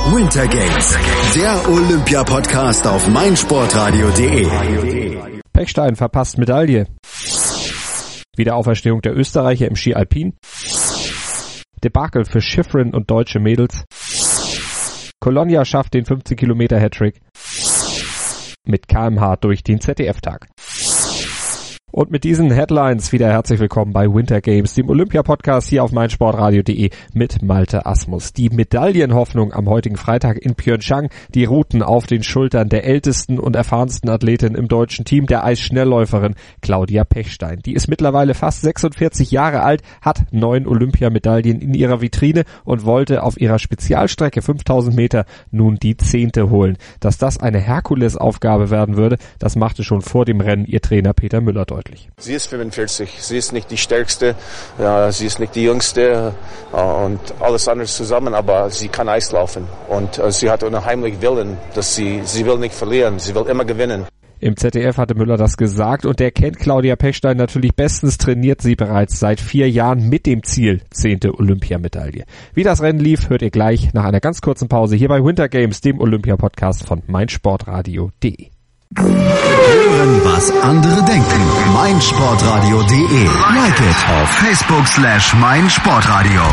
Winter Games, der Olympia-Podcast auf meinsportradio.de. Pechstein verpasst Medaille. Wiederauferstehung der Österreicher im Ski Alpin. Debakel für Shiffrin und deutsche Mädels. Colonia schafft den 15-Kilometer-Hattrick. Mit kmh durch den ZDF-Tag. Und mit diesen Headlines wieder herzlich willkommen bei Winter Games, dem Olympia-Podcast hier auf meinsportradio.de mit Malte Asmus. Die Medaillenhoffnung am heutigen Freitag in Pyeongchang, die ruhten auf den Schultern der ältesten und erfahrensten Athletin im deutschen Team, der Eisschnellläuferin Claudia Pechstein. Die ist mittlerweile fast 46 Jahre alt, hat 9 Olympiamedaillen in ihrer Vitrine und wollte auf ihrer Spezialstrecke 5000 Meter nun die 10. holen. Dass das eine Herkulesaufgabe werden würde, das machte schon vor dem Rennen ihr Trainer Peter Müller deutlich. Sie ist 45, sie ist nicht die Stärkste, sie ist nicht die Jüngste und alles andere zusammen, aber sie kann Eis laufen und sie hat unheimlich Willen, dass sie will nicht verlieren, sie will immer gewinnen. Im ZDF hatte Müller das gesagt und der kennt Claudia Pechstein natürlich bestens, trainiert sie bereits seit 4 Jahren mit dem Ziel 10. Olympiamedaille. Wie das Rennen lief, hört ihr gleich nach einer ganz kurzen Pause hier bei Winter Games, dem Olympia-Podcast von meinsportradio.de. Hören, was andere denken. meinsportradio.de. Like it auf Facebook/meinsportradio.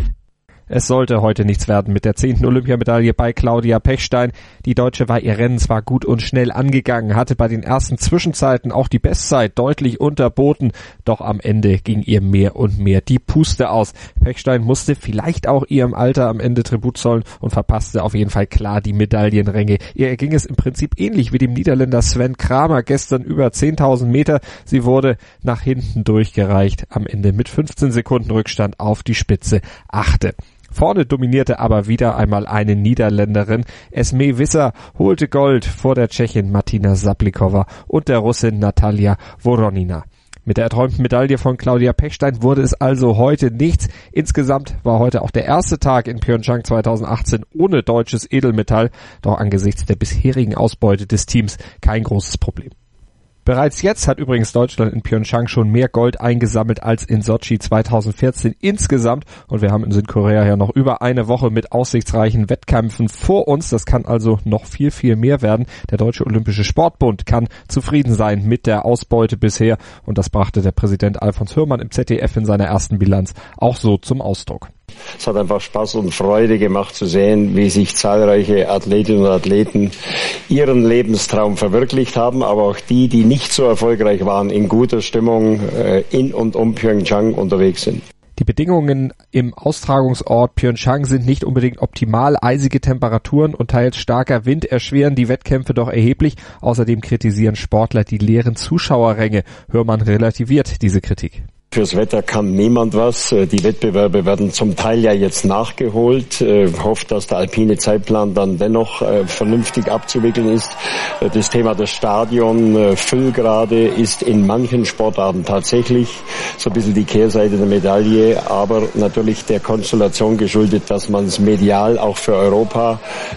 Es sollte heute nichts werden mit der 10. Olympiamedaille bei Claudia Pechstein. Die Deutsche war ihr Rennen zwar gut und schnell angegangen, hatte bei den ersten Zwischenzeiten auch die Bestzeit deutlich unterboten, doch am Ende ging ihr mehr und mehr die Puste aus. Pechstein musste vielleicht auch ihrem Alter am Ende Tribut zollen und verpasste auf jeden Fall klar die Medaillenränge. Ihr ging es im Prinzip ähnlich wie dem Niederländer Sven Kramer gestern über 10.000 Meter. Sie wurde nach hinten durchgereicht, am Ende mit 15 Sekunden Rückstand auf die Spitze 8. Vorne dominierte aber wieder einmal eine Niederländerin. Esme Visser holte Gold vor der Tschechin Martina Sablikova und der Russin Natalia Voronina. Mit der erträumten Medaille von Claudia Pechstein wurde es also heute nichts. Insgesamt war heute auch der erste Tag in Pyeongchang 2018 ohne deutsches Edelmetall, doch angesichts der bisherigen Ausbeute des Teams kein großes Problem. Bereits jetzt hat übrigens Deutschland in Pyeongchang schon mehr Gold eingesammelt als in Sochi 2014 insgesamt und wir haben in Südkorea ja noch über eine Woche mit aussichtsreichen Wettkämpfen vor uns. Das kann also noch viel, viel mehr werden. Der Deutsche Olympische Sportbund kann zufrieden sein mit der Ausbeute bisher und das brachte der Präsident Alfons Hürmann im ZDF in seiner ersten Bilanz auch so zum Ausdruck. Es hat einfach Spaß und Freude gemacht zu sehen, wie sich zahlreiche Athletinnen und Athleten ihren Lebenstraum verwirklicht haben, aber auch die, die nicht so erfolgreich waren, in guter Stimmung in und um Pyeongchang unterwegs sind. Die Bedingungen im Austragungsort Pyeongchang sind nicht unbedingt optimal. Eisige Temperaturen und teils starker Wind erschweren die Wettkämpfe doch erheblich. Außerdem kritisieren Sportler die leeren Zuschauerränge. Hörmann relativiert diese Kritik. Fürs Wetter kann niemand was. Die Wettbewerbe werden zum Teil ja jetzt nachgeholt. Hofft, dass der alpine Zeitplan dann dennoch vernünftig abzuwickeln ist. Das Thema des Stadion Füllgrade ist in manchen Sportarten tatsächlich so ein bisschen die Kehrseite der Medaille, aber natürlich der Konstellation geschuldet, dass man es medial auch für Europa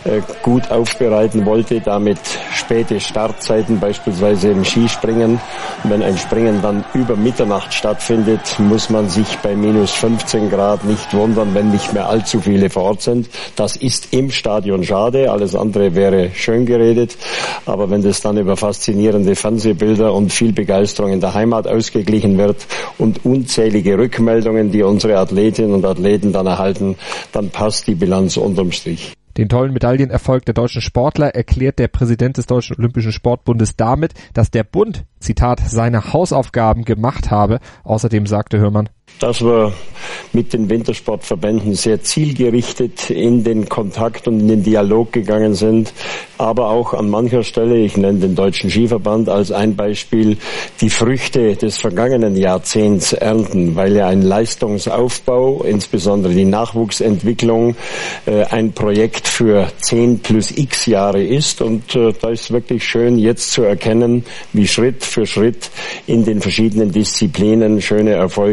gut aufbereiten wollte, damit späte Startzeiten beispielsweise im Skispringen. Und wenn ein Springen dann über Mitternacht stattfindet, muss man sich bei minus 15 Grad nicht wundern, wenn nicht mehr allzu viele vor Ort sind. Das ist im Stadion schade, alles andere wäre schön geredet. Aber wenn das dann über faszinierende Fernsehbilder und viel Begeisterung in der Heimat ausgeglichen wird und unzählige Rückmeldungen, die unsere Athletinnen und Athleten dann erhalten, dann passt die Bilanz unterm Strich. Den tollen Medaillenerfolg der deutschen Sportler erklärt der Präsident des Deutschen Olympischen Sportbundes damit, dass der Bund, Zitat, seine Hausaufgaben gemacht habe. Außerdem sagte Hörmann, dass wir mit den Wintersportverbänden sehr zielgerichtet in den Kontakt und in den Dialog gegangen sind, aber auch an mancher Stelle, ich nenne den Deutschen Skiverband als ein Beispiel, die Früchte des vergangenen Jahrzehnts ernten, weil ja ein Leistungsaufbau, insbesondere die Nachwuchsentwicklung, ein Projekt für 10 plus x Jahre ist und da ist wirklich schön jetzt zu erkennen, wie Schritt für Schritt in den verschiedenen Disziplinen schöne Erfolge kommen.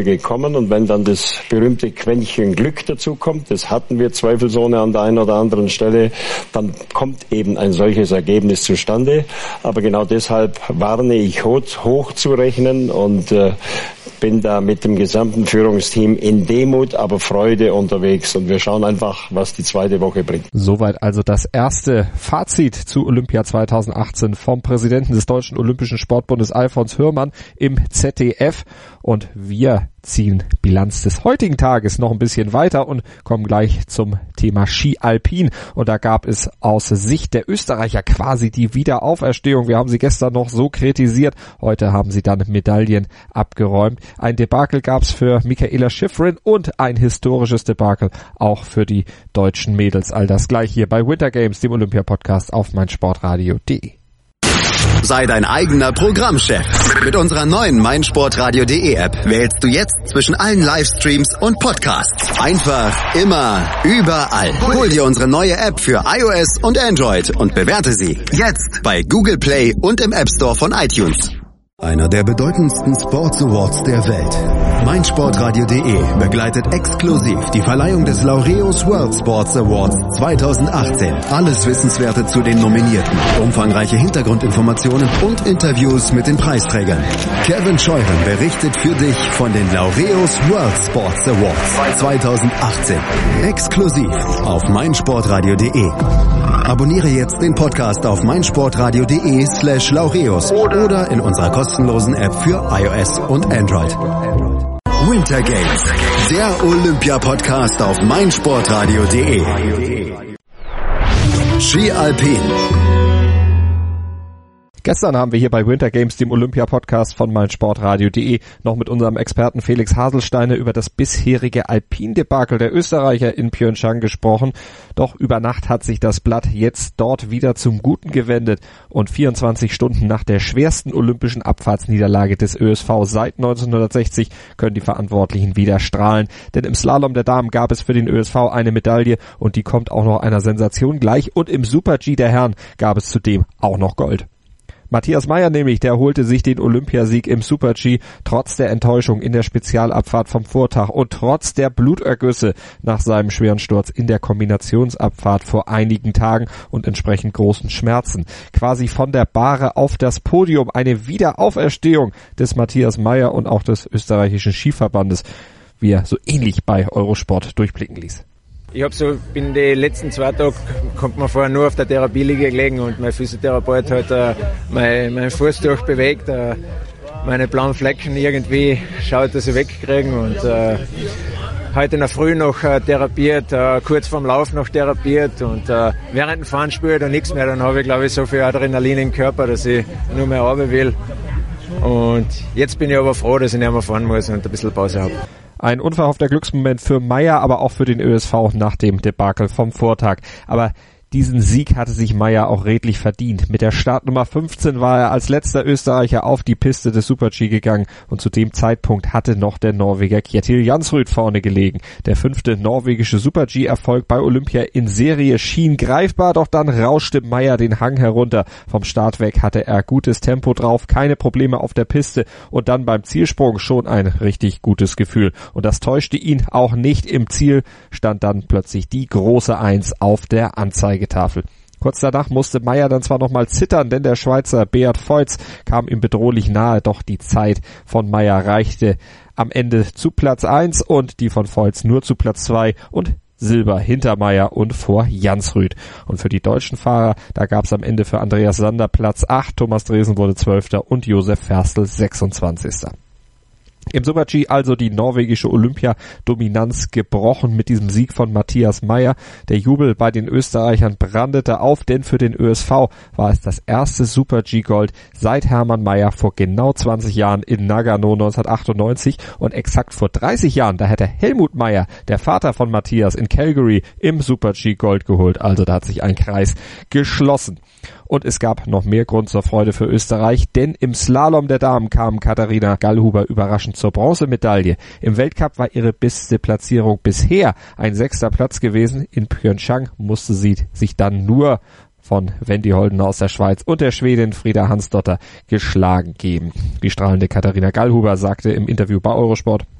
kann und wenn dann das berühmte Quäntchen Glück dazu kommt, das hatten wir zweifelsohne an der einen oder anderen Stelle, dann kommt eben ein solches Ergebnis zustande. Aber genau deshalb warne ich hoch zu rechnen und bin da mit dem gesamten Führungsteam in Demut, aber Freude unterwegs und wir schauen einfach, was die zweite Woche bringt. Soweit also das erste Fazit zu Olympia 2018 vom Präsidenten des Deutschen Olympischen Sportbundes Alfons Hürmann im ZDF und wir ziehen Bilanz des heutigen Tages noch ein bisschen weiter und kommen gleich zum Thema Ski Alpin. Und da gab es aus Sicht der Österreicher quasi die Wiederauferstehung. Wir haben sie gestern noch so kritisiert. Heute haben sie dann Medaillen abgeräumt. Ein Debakel gab es für Mikaela Shiffrin und ein historisches Debakel auch für die deutschen Mädels. All das gleich hier bei Winter Games, dem Olympia-Podcast auf meinsportradio.de. Sei dein eigener Programmchef. Mit unserer neuen meinsportradio.de App wählst du jetzt zwischen allen Livestreams und Podcasts. Einfach, immer, überall. Hol dir unsere neue App für iOS und Android und bewerte sie jetzt bei Google Play und im App Store von iTunes. Einer der bedeutendsten Sports Awards der Welt. meinsportradio.de begleitet exklusiv die Verleihung des Laureus World Sports Awards 2018. Alles Wissenswerte zu den Nominierten, umfangreiche Hintergrundinformationen und Interviews mit den Preisträgern. Kevin Scheuren berichtet für dich von den Laureus World Sports Awards 2018. Exklusiv auf meinsportradio.de. Abonniere jetzt den Podcast auf meinsportradio.de/Laureus oder in unserer kostenlosen App für iOS und Android. Winter Games, der Olympia-Podcast auf meinsportradio.de. Ski Alpin. Gestern haben wir hier bei Winter Games, dem Olympia-Podcast von meinsportradio.de, noch mit unserem Experten Felix Haselsteiner über das bisherige Alpin-Debakel der Österreicher in Pyeongchang gesprochen. Doch über Nacht hat sich das Blatt jetzt dort wieder zum Guten gewendet und 24 Stunden nach der schwersten olympischen Abfahrtsniederlage des ÖSV seit 1960 können die Verantwortlichen wieder strahlen. Denn im Slalom der Damen gab es für den ÖSV eine Medaille und die kommt auch noch einer Sensation gleich und im Super-G der Herren gab es zudem auch noch Gold. Matthias Mayr nämlich, der holte sich den Olympiasieg im Super-G trotz der Enttäuschung in der Spezialabfahrt vom Vortag und trotz der Blutergüsse nach seinem schweren Sturz in der Kombinationsabfahrt vor einigen Tagen und entsprechend großen Schmerzen. Quasi von der Bahre auf das Podium, eine Wiederauferstehung des Matthias Mayr und auch des österreichischen Skiverbandes, wie er so ähnlich bei Eurosport durchblicken ließ. Ich bin die letzten 2 Tage, kommt man vorher nur auf der Therapieliege gelegen und mein Physiotherapeut hat meinen Fuß durchbewegt, meine blauen Flecken irgendwie schaut, dass sie wegkriegen und heute in der Früh noch therapiert, kurz vorm Lauf noch therapiert und während dem Fahren spüre ich da nichts mehr, dann habe ich glaube ich so viel Adrenalin im Körper, dass ich nur mehr runter will und jetzt bin ich aber froh, dass ich nicht mehr fahren muss und ein bisschen Pause habe. Ein unverhoffter Glücksmoment für Mayr, aber auch für den ÖSV nach dem Debakel vom Vortag. Aber diesen Sieg hatte sich Mayr auch redlich verdient. Mit der Startnummer 15 war er als letzter Österreicher auf die Piste des Super-G gegangen und zu dem Zeitpunkt hatte noch der Norweger Kjetil Jansrud vorne gelegen. Der 5. norwegische Super-G-Erfolg bei Olympia in Serie schien greifbar, doch dann rauschte Mayr den Hang herunter. Vom Start weg hatte er gutes Tempo drauf, keine Probleme auf der Piste und dann beim Zielsprung schon ein richtig gutes Gefühl. Und das täuschte ihn auch nicht. Im Ziel stand dann plötzlich die große 1 auf der Anzeigetafel. Kurz danach musste Mayr dann zwar nochmal zittern, denn der Schweizer Beat Feuz kam ihm bedrohlich nahe, doch die Zeit von Mayr reichte am Ende zu Platz 1 und die von Feuz nur zu Platz 2 und Silber hinter Mayr und vor Jansrud. Und für die deutschen Fahrer, da gab es am Ende für Andreas Sander Platz 8, Thomas Dresen wurde 12. und Josef Ferstl 26. Im Super-G also die norwegische Olympiadominanz gebrochen mit diesem Sieg von Matthias Mayr. Der Jubel bei den Österreichern brandete auf, denn für den ÖSV war es das erste Super-G-Gold seit Hermann Mayr vor genau 20 Jahren in Nagano 1998 und exakt vor 30 Jahren, da hätte Helmut Mayr, der Vater von Matthias, in Calgary im Super-G Gold geholt. Also da hat sich ein Kreis geschlossen. Und es gab noch mehr Grund zur Freude für Österreich, denn im Slalom der Damen kam Katharina Gallhuber überraschend zur Bronzemedaille. Im Weltcup war ihre beste Platzierung bisher ein 6. Platz gewesen. In Pyeongchang musste sie sich dann nur von Wendy Holden aus der Schweiz und der Schwedin Frida Hansdotter geschlagen geben. Die strahlende Katharina Gallhuber sagte im Interview bei Eurosport: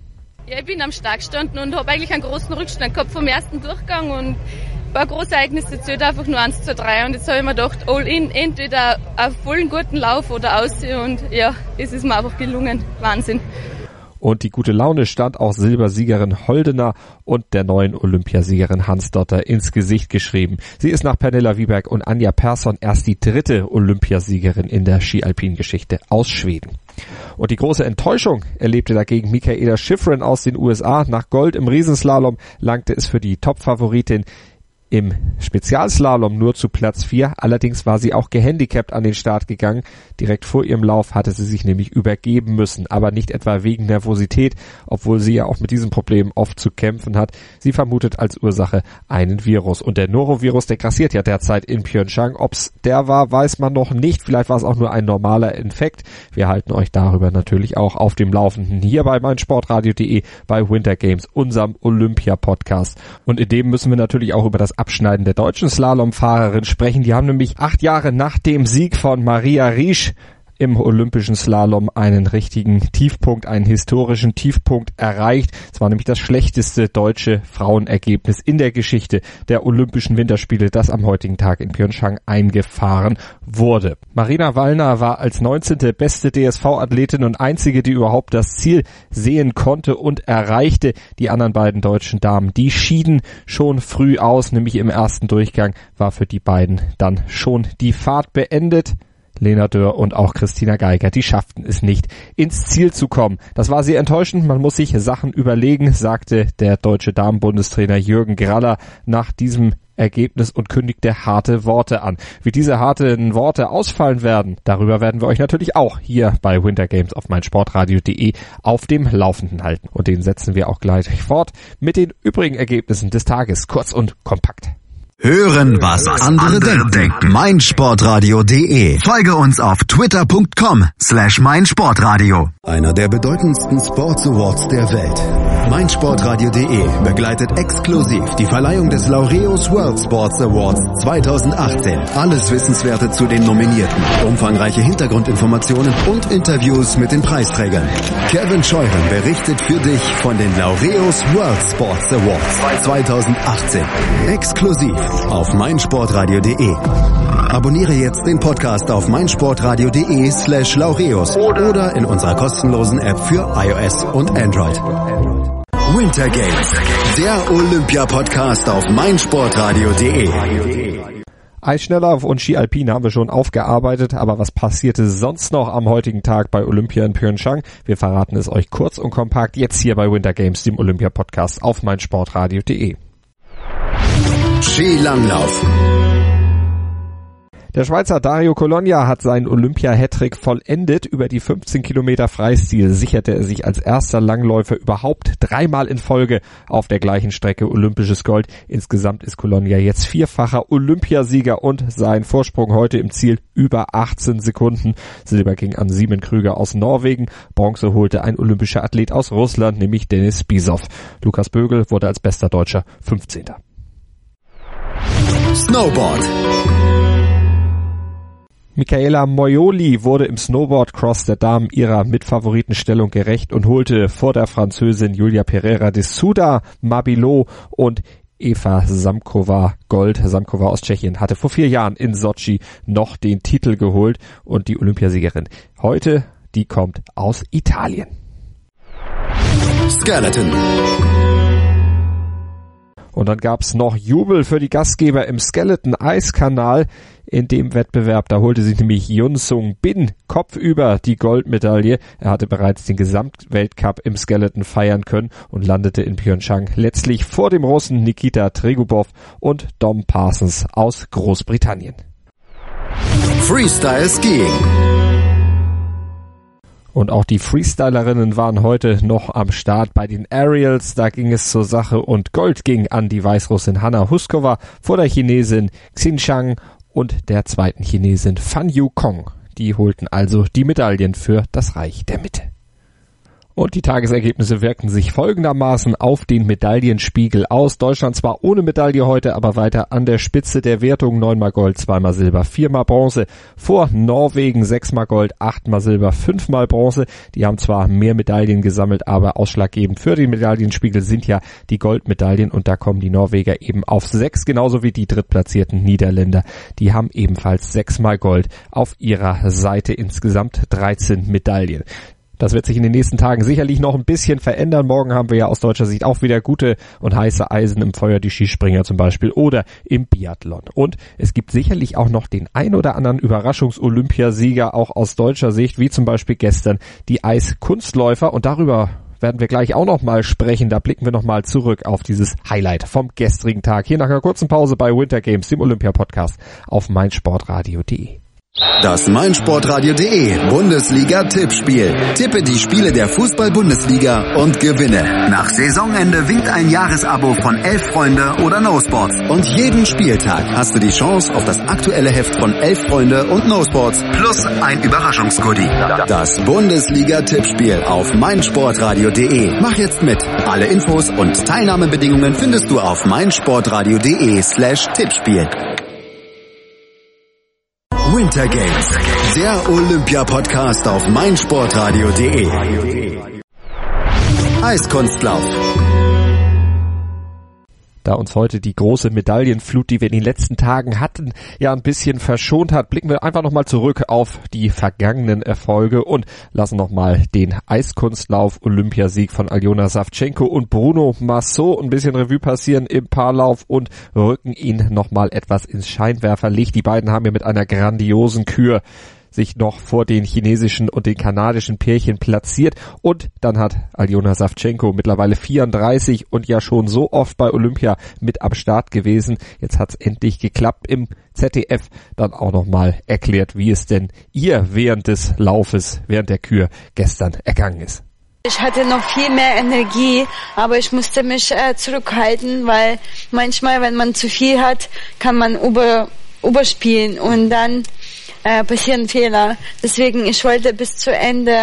Ja, ich bin am Start gestanden und habe eigentlich einen großen Rückstand gehabt vom ersten Durchgang und ein paar Großereignisse zählt einfach nur 1, 2, 3 und jetzt habe ich mir gedacht, all in, entweder einen vollen guten Lauf oder aussehen und ja, es ist mir einfach gelungen. Wahnsinn. Und die gute Laune stand auch Silbersiegerin Holdener und der neuen Olympiasiegerin Hansdotter ins Gesicht geschrieben. Sie ist nach Pernilla Wiberg und Anja Persson erst die 3. Olympiasiegerin in der Ski-Alpin-Geschichte aus Schweden. Und die große Enttäuschung erlebte dagegen Mikaela Shiffrin aus den USA. Nach Gold im Riesenslalom langte es für die Top-Favoritin im Spezialslalom nur zu Platz 4. Allerdings war sie auch gehandicapt an den Start gegangen. Direkt vor ihrem Lauf hatte sie sich nämlich übergeben müssen, aber nicht etwa wegen Nervosität, obwohl sie ja auch mit diesem Problem oft zu kämpfen hat. Sie vermutet als Ursache einen Virus. Und der Norovirus, der grassiert ja derzeit in Pyeongchang. Ob's der war, weiß man noch nicht. Vielleicht war es auch nur ein normaler Infekt. Wir halten euch darüber natürlich auch auf dem Laufenden hier bei meinsportradio.de bei Winter Games, unserem Olympia-Podcast. Und in dem müssen wir natürlich auch über das Abschneiden der deutschen Slalomfahrerin sprechen. Die haben nämlich 8 Jahre nach dem Sieg von Maria Riesch im olympischen Slalom einen richtigen Tiefpunkt, einen historischen Tiefpunkt erreicht. Es war nämlich das schlechteste deutsche Frauenergebnis in der Geschichte der Olympischen Winterspiele, das am heutigen Tag in Pyeongchang eingefahren wurde. Marina Wallner war als 19. beste DSV-Athletin und einzige, die überhaupt das Ziel sehen konnte und erreichte. Die anderen beiden deutschen Damen, die schieden schon früh aus, nämlich im ersten Durchgang war für die beiden dann schon die Fahrt beendet. Lena Dürr und auch Christina Geiger, die schafften es nicht, ins Ziel zu kommen. Das war sehr enttäuschend, man muss sich Sachen überlegen, sagte der deutsche Damenbundestrainer Jürgen Graller nach diesem Ergebnis und kündigte harte Worte an. Wie diese harten Worte ausfallen werden, darüber werden wir euch natürlich auch hier bei Winter Games auf meinsportradio.de auf dem Laufenden halten. Und den setzen wir auch gleich fort mit den übrigen Ergebnissen des Tages, kurz und kompakt. Hören, was andere denken. meinsportradio.de. Folge uns auf twitter.com/meinsportradio. Einer der bedeutendsten Sports Awards der Welt. meinsportradio.de begleitet exklusiv die Verleihung des Laureus World Sports Awards 2018. Alles Wissenswerte zu den Nominierten, umfangreiche Hintergrundinformationen und Interviews mit den Preisträgern. Kevin Scheuren berichtet für dich von den Laureus World Sports Awards 2018. Exklusiv auf meinsportradio.de. Abonniere jetzt den Podcast auf meinsportradio.de/Laureus oder in unserer kostenlosen App für iOS und Android. Winter Games, der Olympia-Podcast auf meinsportradio.de. Eisschnelllauf und Ski Alpin haben wir schon aufgearbeitet, aber was passierte sonst noch am heutigen Tag bei Olympia in Pyeongchang? Wir verraten es euch kurz und kompakt jetzt hier bei Winter Games, dem Olympia-Podcast auf meinsportradio.de. Skilanglauf. Der Schweizer Dario Cologna hat seinen Olympia-Hattrick vollendet. Über die 15 Kilometer Freistil sicherte er sich als erster Langläufer überhaupt 3-mal in Folge auf der gleichen Strecke olympisches Gold. Insgesamt ist Cologna jetzt 4-facher Olympiasieger und sein Vorsprung heute im Ziel über 18 Sekunden. Silber ging an Simon Krüger aus Norwegen. Bronze holte ein olympischer Athlet aus Russland, nämlich Denis Bisow. Lukas Bögel wurde als bester Deutscher 15. Snowboard. Michaela Moioli wurde im Snowboard-Cross der Damen ihrer Mitfavoritenstellung gerecht und holte vor der Französin Julia Pereira de Souda, Mabilot und Eva Samkova Gold. Samkova aus Tschechien hatte vor 4 Jahren in Sotschi noch den Titel geholt und die Olympiasiegerin heute, die kommt aus Italien. Skeleton. Und dann gab's noch Jubel für die Gastgeber im Skeleton-Eiskanal in dem Wettbewerb. Da holte sich nämlich Yun Sung Bin kopfüber die Goldmedaille. Er hatte bereits den Gesamtweltcup im Skeleton feiern können und landete in Pyeongchang letztlich vor dem Russen Nikita Tregubov und Dom Parsons aus Großbritannien. Freestyle Skiing. Und auch die Freestylerinnen waren heute noch am Start bei den Aerials. Da ging es zur Sache und Gold ging an die Weißrussin Hanna Huskova vor der Chinesin Xinjiang und der zweiten Chinesin Fan Yu Kong. Die holten also die Medaillen für das Reich der Mitte. Und die Tagesergebnisse wirkten sich folgendermaßen auf den Medaillenspiegel aus. Deutschland zwar ohne Medaille heute, aber weiter an der Spitze der Wertung. 9-mal Gold, 2-mal Silber, 4-mal Bronze. Vor Norwegen 6-mal Gold, 8-mal Silber, 5-mal Bronze. Die haben zwar mehr Medaillen gesammelt, aber ausschlaggebend für den Medaillenspiegel sind ja die Goldmedaillen. Und da kommen die Norweger eben auf 6, genauso wie die drittplatzierten Niederländer. Die haben ebenfalls 6-mal Gold auf ihrer Seite, insgesamt 13 Medaillen. Das wird sich in den nächsten Tagen sicherlich noch ein bisschen verändern. Morgen haben wir ja aus deutscher Sicht auch wieder gute und heiße Eisen im Feuer, die Skispringer zum Beispiel oder im Biathlon. Und es gibt sicherlich auch noch den ein oder anderen Überraschungs-Olympiasieger auch aus deutscher Sicht, wie zum Beispiel gestern die Eiskunstläufer. Und darüber werden wir gleich auch noch mal sprechen. Da blicken wir noch mal zurück auf dieses Highlight vom gestrigen Tag. Hier nach einer kurzen Pause bei Winter Games, dem Olympia-Podcast auf meinsportradio.de. Das meinsportradio.de Bundesliga-Tippspiel. Tippe die Spiele der Fußball-Bundesliga und gewinne. Nach Saisonende winkt ein Jahresabo von 11 Freunde oder No Sports. Und jeden Spieltag hast du die Chance auf das aktuelle Heft von 11 Freunde und No Sports plus ein Überraschungsgoodie. Das Bundesliga-Tippspiel auf meinsportradio.de. Mach jetzt mit. Alle Infos und Teilnahmebedingungen findest du auf meinsportradio.de/Tippspiel. Winter Games, der Olympia-Podcast auf meinsportradio.de. Eiskunstlauf. Da uns heute die große Medaillenflut, die wir in den letzten Tagen hatten, ja ein bisschen verschont hat, blicken wir einfach nochmal zurück auf die vergangenen Erfolge und lassen nochmal den Eiskunstlauf-Olympiasieg von Aljona Savchenko und Bruno Massot ein bisschen Revue passieren im Paarlauf und rücken ihn nochmal etwas ins Scheinwerferlicht. Die beiden haben ja mit einer grandiosen Kür sich noch vor den chinesischen und den kanadischen Pärchen platziert. Und dann hat Aljona Savchenko mittlerweile 34 und ja schon so oft bei Olympia mit am Start gewesen. Jetzt hat's endlich geklappt. Im ZDF dann auch nochmal erklärt, wie es denn ihr während des Laufes, während der Kür gestern ergangen ist. Ich hatte noch viel mehr Energie, aber ich musste mich zurückhalten, weil manchmal, wenn man zu viel hat, kann man überspielen und dann passieren Fehler. Deswegen, ich wollte bis zu Ende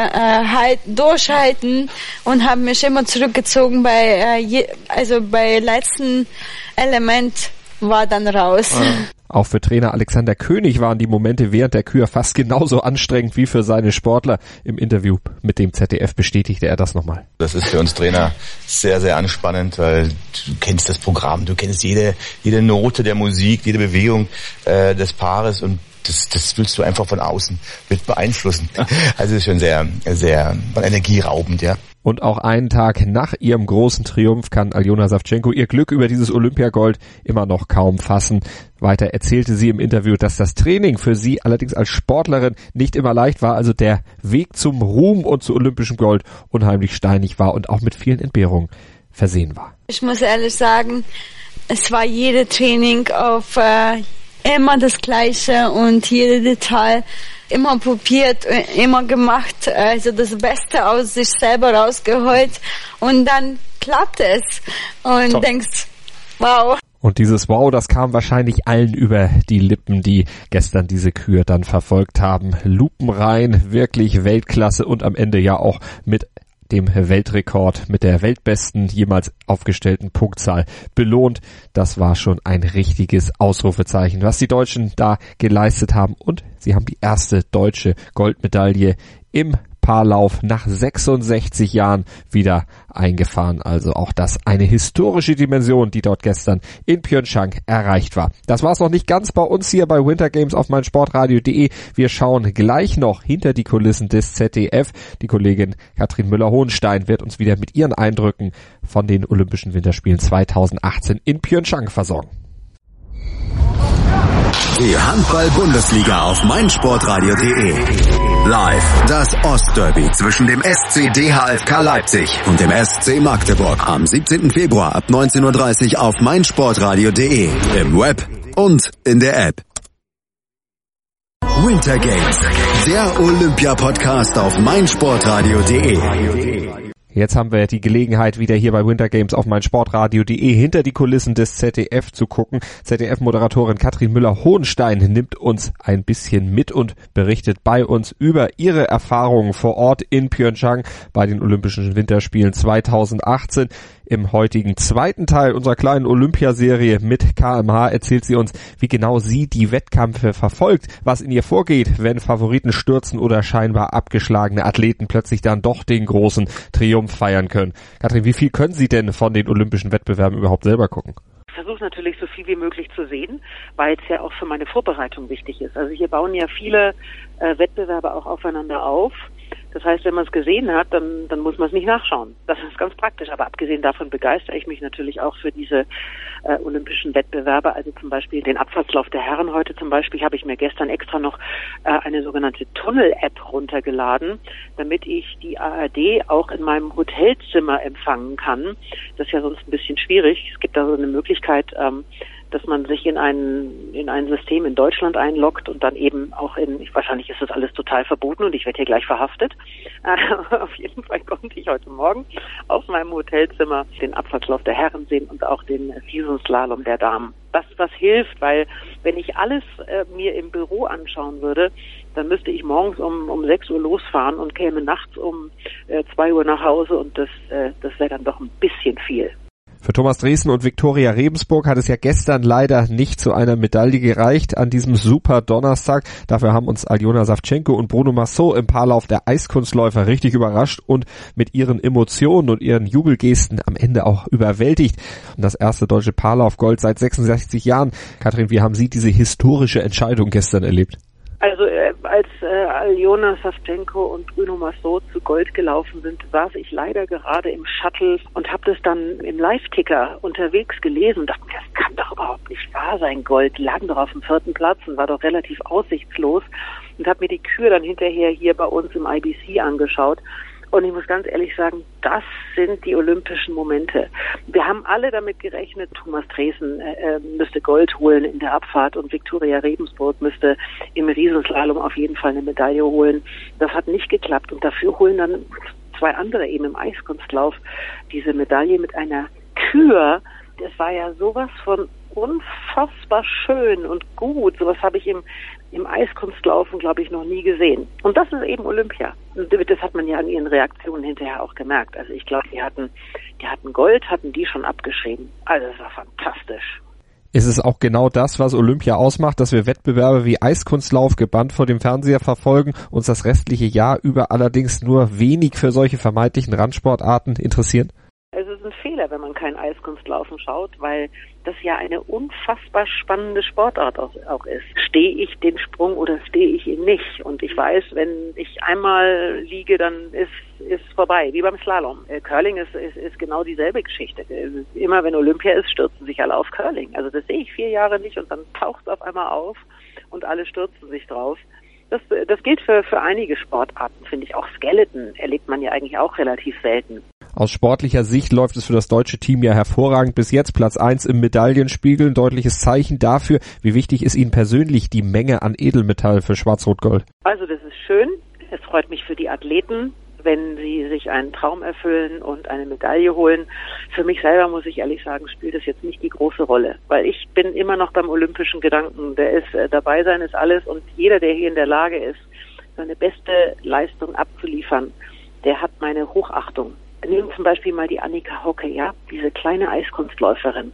durchhalten und habe mich immer zurückgezogen bei letzten Element war dann raus. Auch für Trainer Alexander König waren die Momente während der Kür fast genauso anstrengend wie für seine Sportler. Im Interview mit dem ZDF bestätigte er das nochmal. Das ist für uns Trainer sehr, sehr anspannend, weil du kennst das Programm, du kennst jede Note der Musik, jede Bewegung des Paares und das willst du einfach von außen mit beeinflussen. Also ist schon sehr, sehr energieraubend, ja. Und auch einen Tag nach ihrem großen Triumph kann Aljona Savchenko ihr Glück über dieses Olympiagold immer noch kaum fassen. Weiter erzählte sie im Interview, dass das Training für sie allerdings als Sportlerin nicht immer leicht war, also der Weg zum Ruhm und zu olympischem Gold unheimlich steinig war und auch mit vielen Entbehrungen versehen war. Ich muss ehrlich sagen, es war jede Training auf immer das Gleiche und jede Detail immer probiert, immer gemacht, also das Beste aus sich selber rausgeholt und dann klappt es und Top. Denkst, wow. Und dieses Wow, das kam wahrscheinlich allen über die Lippen, die gestern diese Kür dann verfolgt haben. Lupenrein, wirklich Weltklasse und am Ende ja auch mit dem Weltrekord, mit der weltbesten jemals aufgestellten Punktzahl belohnt. Das war schon ein richtiges Ausrufezeichen, was die Deutschen da geleistet haben. Und sie haben die erste deutsche Goldmedaille im Paarlauf nach 66 Jahren wieder eingefahren. Also auch das eine historische Dimension, die dort gestern in Pyeongchang erreicht war. Das war's noch nicht ganz bei uns hier bei Winter Games auf meinsportradio.de. Wir schauen gleich noch hinter die Kulissen des ZDF. Die Kollegin Katrin Müller-Hohenstein wird uns wieder mit ihren Eindrücken von den Olympischen Winterspielen 2018 in Pyeongchang versorgen. Die Handball-Bundesliga auf meinsportradio.de. Live das Ostderby zwischen dem SC DHFK Leipzig und dem SC Magdeburg am 17. Februar ab 19:30 Uhr auf meinsportradio.de, im Web und in der App. Winter Games, der Olympia-Podcast auf meinsportradio.de. Jetzt haben wir die Gelegenheit, wieder hier bei Winter Games auf meinsportradio.de hinter die Kulissen des ZDF zu gucken. ZDF-Moderatorin Katrin Müller-Hohenstein nimmt uns ein bisschen mit und berichtet bei uns über ihre Erfahrungen vor Ort in Pyeongchang bei den Olympischen Winterspielen 2018. Im heutigen zweiten Teil unserer kleinen Olympiaserie mit KMH erzählt sie uns, wie genau sie die Wettkämpfe verfolgt, was in ihr vorgeht, wenn Favoriten stürzen oder scheinbar abgeschlagene Athleten plötzlich dann doch den großen Triumph feiern können. Katrin, wie viel können Sie denn von den olympischen Wettbewerben überhaupt selber gucken? Ich versuche natürlich so viel wie möglich zu sehen, weil es ja auch für meine Vorbereitung wichtig ist. Also hier bauen ja viele Wettbewerbe auch aufeinander auf. Das heißt, wenn man es gesehen hat, dann muss man es nicht nachschauen. Das ist ganz praktisch. Aber abgesehen davon begeistere ich mich natürlich auch für diese olympischen Wettbewerbe. Also zum Beispiel den Abfahrtslauf der Herren heute zum Beispiel habe ich mir gestern extra noch eine sogenannte Tunnel-App runtergeladen, damit ich die ARD auch in meinem Hotelzimmer empfangen kann. Das ist ja sonst ein bisschen schwierig. Es gibt da so eine Möglichkeit, dass man sich in ein System in Deutschland einloggt und dann eben auch wahrscheinlich ist das alles total verboten und ich werde hier gleich verhaftet. Auf jeden Fall konnte ich heute Morgen auf meinem Hotelzimmer den Abfahrtslauf der Herren sehen und auch den Riesenslalom der Damen. Was hilft, weil wenn ich alles mir im Büro anschauen würde, dann müsste ich morgens um 6 Uhr losfahren und käme nachts um 2 Uhr nach Hause und das wäre dann doch ein bisschen viel. Für Thomas Dresen und Viktoria Rebensburg hat es ja gestern leider nicht zu einer Medaille gereicht an diesem super Donnerstag. Dafür haben uns Aljona Savchenko und Bruno Massot im Paarlauf der Eiskunstläufer richtig überrascht und mit ihren Emotionen und ihren Jubelgesten am Ende auch überwältigt. Und das erste deutsche Paarlauf-Gold seit 66 Jahren. Katrin, wie haben Sie diese historische Entscheidung gestern erlebt? Also als Aljona Savchenko und Bruno Massot zu Gold gelaufen sind, saß ich leider gerade im Shuttle und habe das dann im Live-Ticker unterwegs gelesen und dachte mir, das kann doch überhaupt nicht wahr sein. Gold lagen doch auf dem 4. Platz und war doch relativ aussichtslos und habe mir die Kür dann hinterher hier bei uns im IBC angeschaut. Und ich muss ganz ehrlich sagen, das sind die olympischen Momente. Wir haben alle damit gerechnet, Thomas Dresen müsste Gold holen in der Abfahrt und Viktoria Rebensburg müsste im Riesenslalom auf jeden Fall eine Medaille holen. Das hat nicht geklappt und dafür holen dann 2 andere eben im Eiskunstlauf diese Medaille mit einer Kür. Das war ja sowas von unfassbar schön und gut. Sowas habe ich im Eiskunstlaufen, glaube ich, noch nie gesehen. Und das ist eben Olympia. Und das hat man ja an ihren Reaktionen hinterher auch gemerkt. Also ich glaube, die hatten Gold, hatten die schon abgeschrieben. Also das war fantastisch. Ist es auch genau das, was Olympia ausmacht, dass wir Wettbewerbe wie Eiskunstlauf gebannt vor dem Fernseher verfolgen, uns das restliche Jahr über allerdings nur wenig für solche vermeintlichen Randsportarten interessieren? Es ist ein Fehler, wenn man kein Eiskunstlaufen schaut, weil das ja eine unfassbar spannende Sportart auch ist. Stehe ich den Sprung oder stehe ich ihn nicht? Und ich weiß, wenn ich einmal liege, dann ist vorbei, wie beim Slalom. Curling ist genau dieselbe Geschichte. Immer wenn Olympia ist, stürzen sich alle auf Curling. Also das sehe ich 4 Jahre nicht und dann taucht es auf einmal auf und alle stürzen sich drauf. Das gilt für einige Sportarten, finde ich. Auch Skeleton erlebt man ja eigentlich auch relativ selten. Aus sportlicher Sicht läuft es für das deutsche Team ja hervorragend. Bis jetzt Platz 1 im Medaillenspiegel. Ein deutliches Zeichen dafür. Wie wichtig ist Ihnen persönlich die Menge an Edelmetall für Schwarz-Rot-Gold? Also das ist schön. Es freut mich für die Athleten, wenn sie sich einen Traum erfüllen und eine Medaille holen. Für mich selber, muss ich ehrlich sagen, spielt das jetzt nicht die große Rolle. Weil ich bin immer noch beim olympischen Gedanken. Der ist dabei sein ist alles und jeder, der hier in der Lage ist, seine beste Leistung abzuliefern, der hat meine Hochachtung. Nehmen zum Beispiel mal die Annika Hocke, ja, diese kleine Eiskunstläuferin,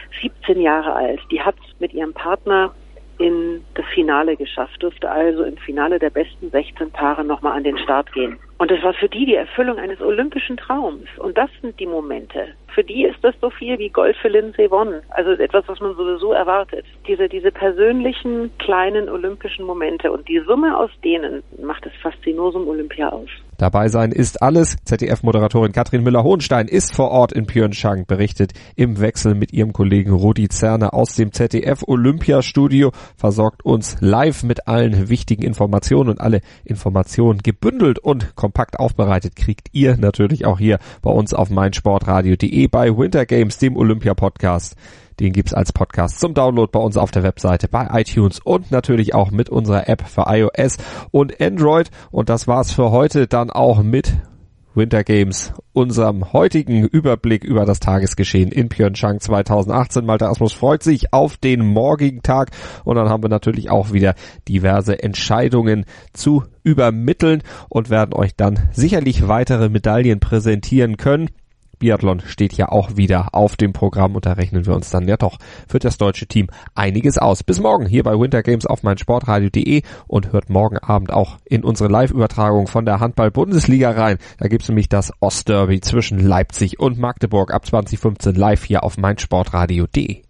17 Jahre alt, die hat mit ihrem Partner in das Finale geschafft, durfte also im Finale der besten 16 Paare nochmal an den Start gehen. Und das war für die Erfüllung eines olympischen Traums. Und das sind die Momente. Für die ist das so viel wie Gold für Lindsey Vonn. Also etwas, was man sowieso erwartet. Diese persönlichen, kleinen olympischen Momente. Und die Summe aus denen macht das Faszinosum Olympia aus. Dabei sein ist alles. ZDF-Moderatorin Katrin Müller-Hohenstein ist vor Ort in Pyeongchang, berichtet im Wechsel mit ihrem Kollegen Rudi Zerner aus dem ZDF-Olympiastudio, versorgt uns live mit allen wichtigen Informationen und alle Informationen gebündelt und kompakt aufbereitet kriegt ihr natürlich auch hier bei uns auf meinsportradio.de bei Winter Games, dem Olympia-Podcast. Den gibt's als Podcast zum Download bei uns auf der Webseite, bei iTunes und natürlich auch mit unserer App für iOS und Android. Und das war's für heute dann auch mit Winter Games, unserem heutigen Überblick über das Tagesgeschehen in Pyeongchang 2018. Malte Asmus freut sich auf den morgigen Tag und dann haben wir natürlich auch wieder diverse Entscheidungen zu übermitteln und werden euch dann sicherlich weitere Medaillen präsentieren können. Biathlon steht ja auch wieder auf dem Programm und da rechnen wir uns dann ja doch für das deutsche Team einiges aus. Bis morgen hier bei Winter Games auf meinsportradio.de und hört morgen Abend auch in unsere Live-Übertragung von der Handball-Bundesliga rein. Da gibt's nämlich das Ostderby zwischen Leipzig und Magdeburg ab 2015 live hier auf meinsportradio.de.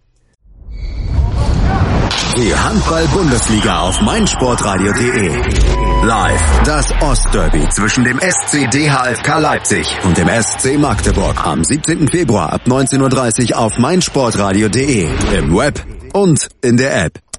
Die Handball-Bundesliga auf meinsportradio.de. Live das Ostderby zwischen dem SC DHFK Leipzig und dem SC Magdeburg am 17. Februar ab 19:30 Uhr auf meinsportradio.de, im Web und in der App.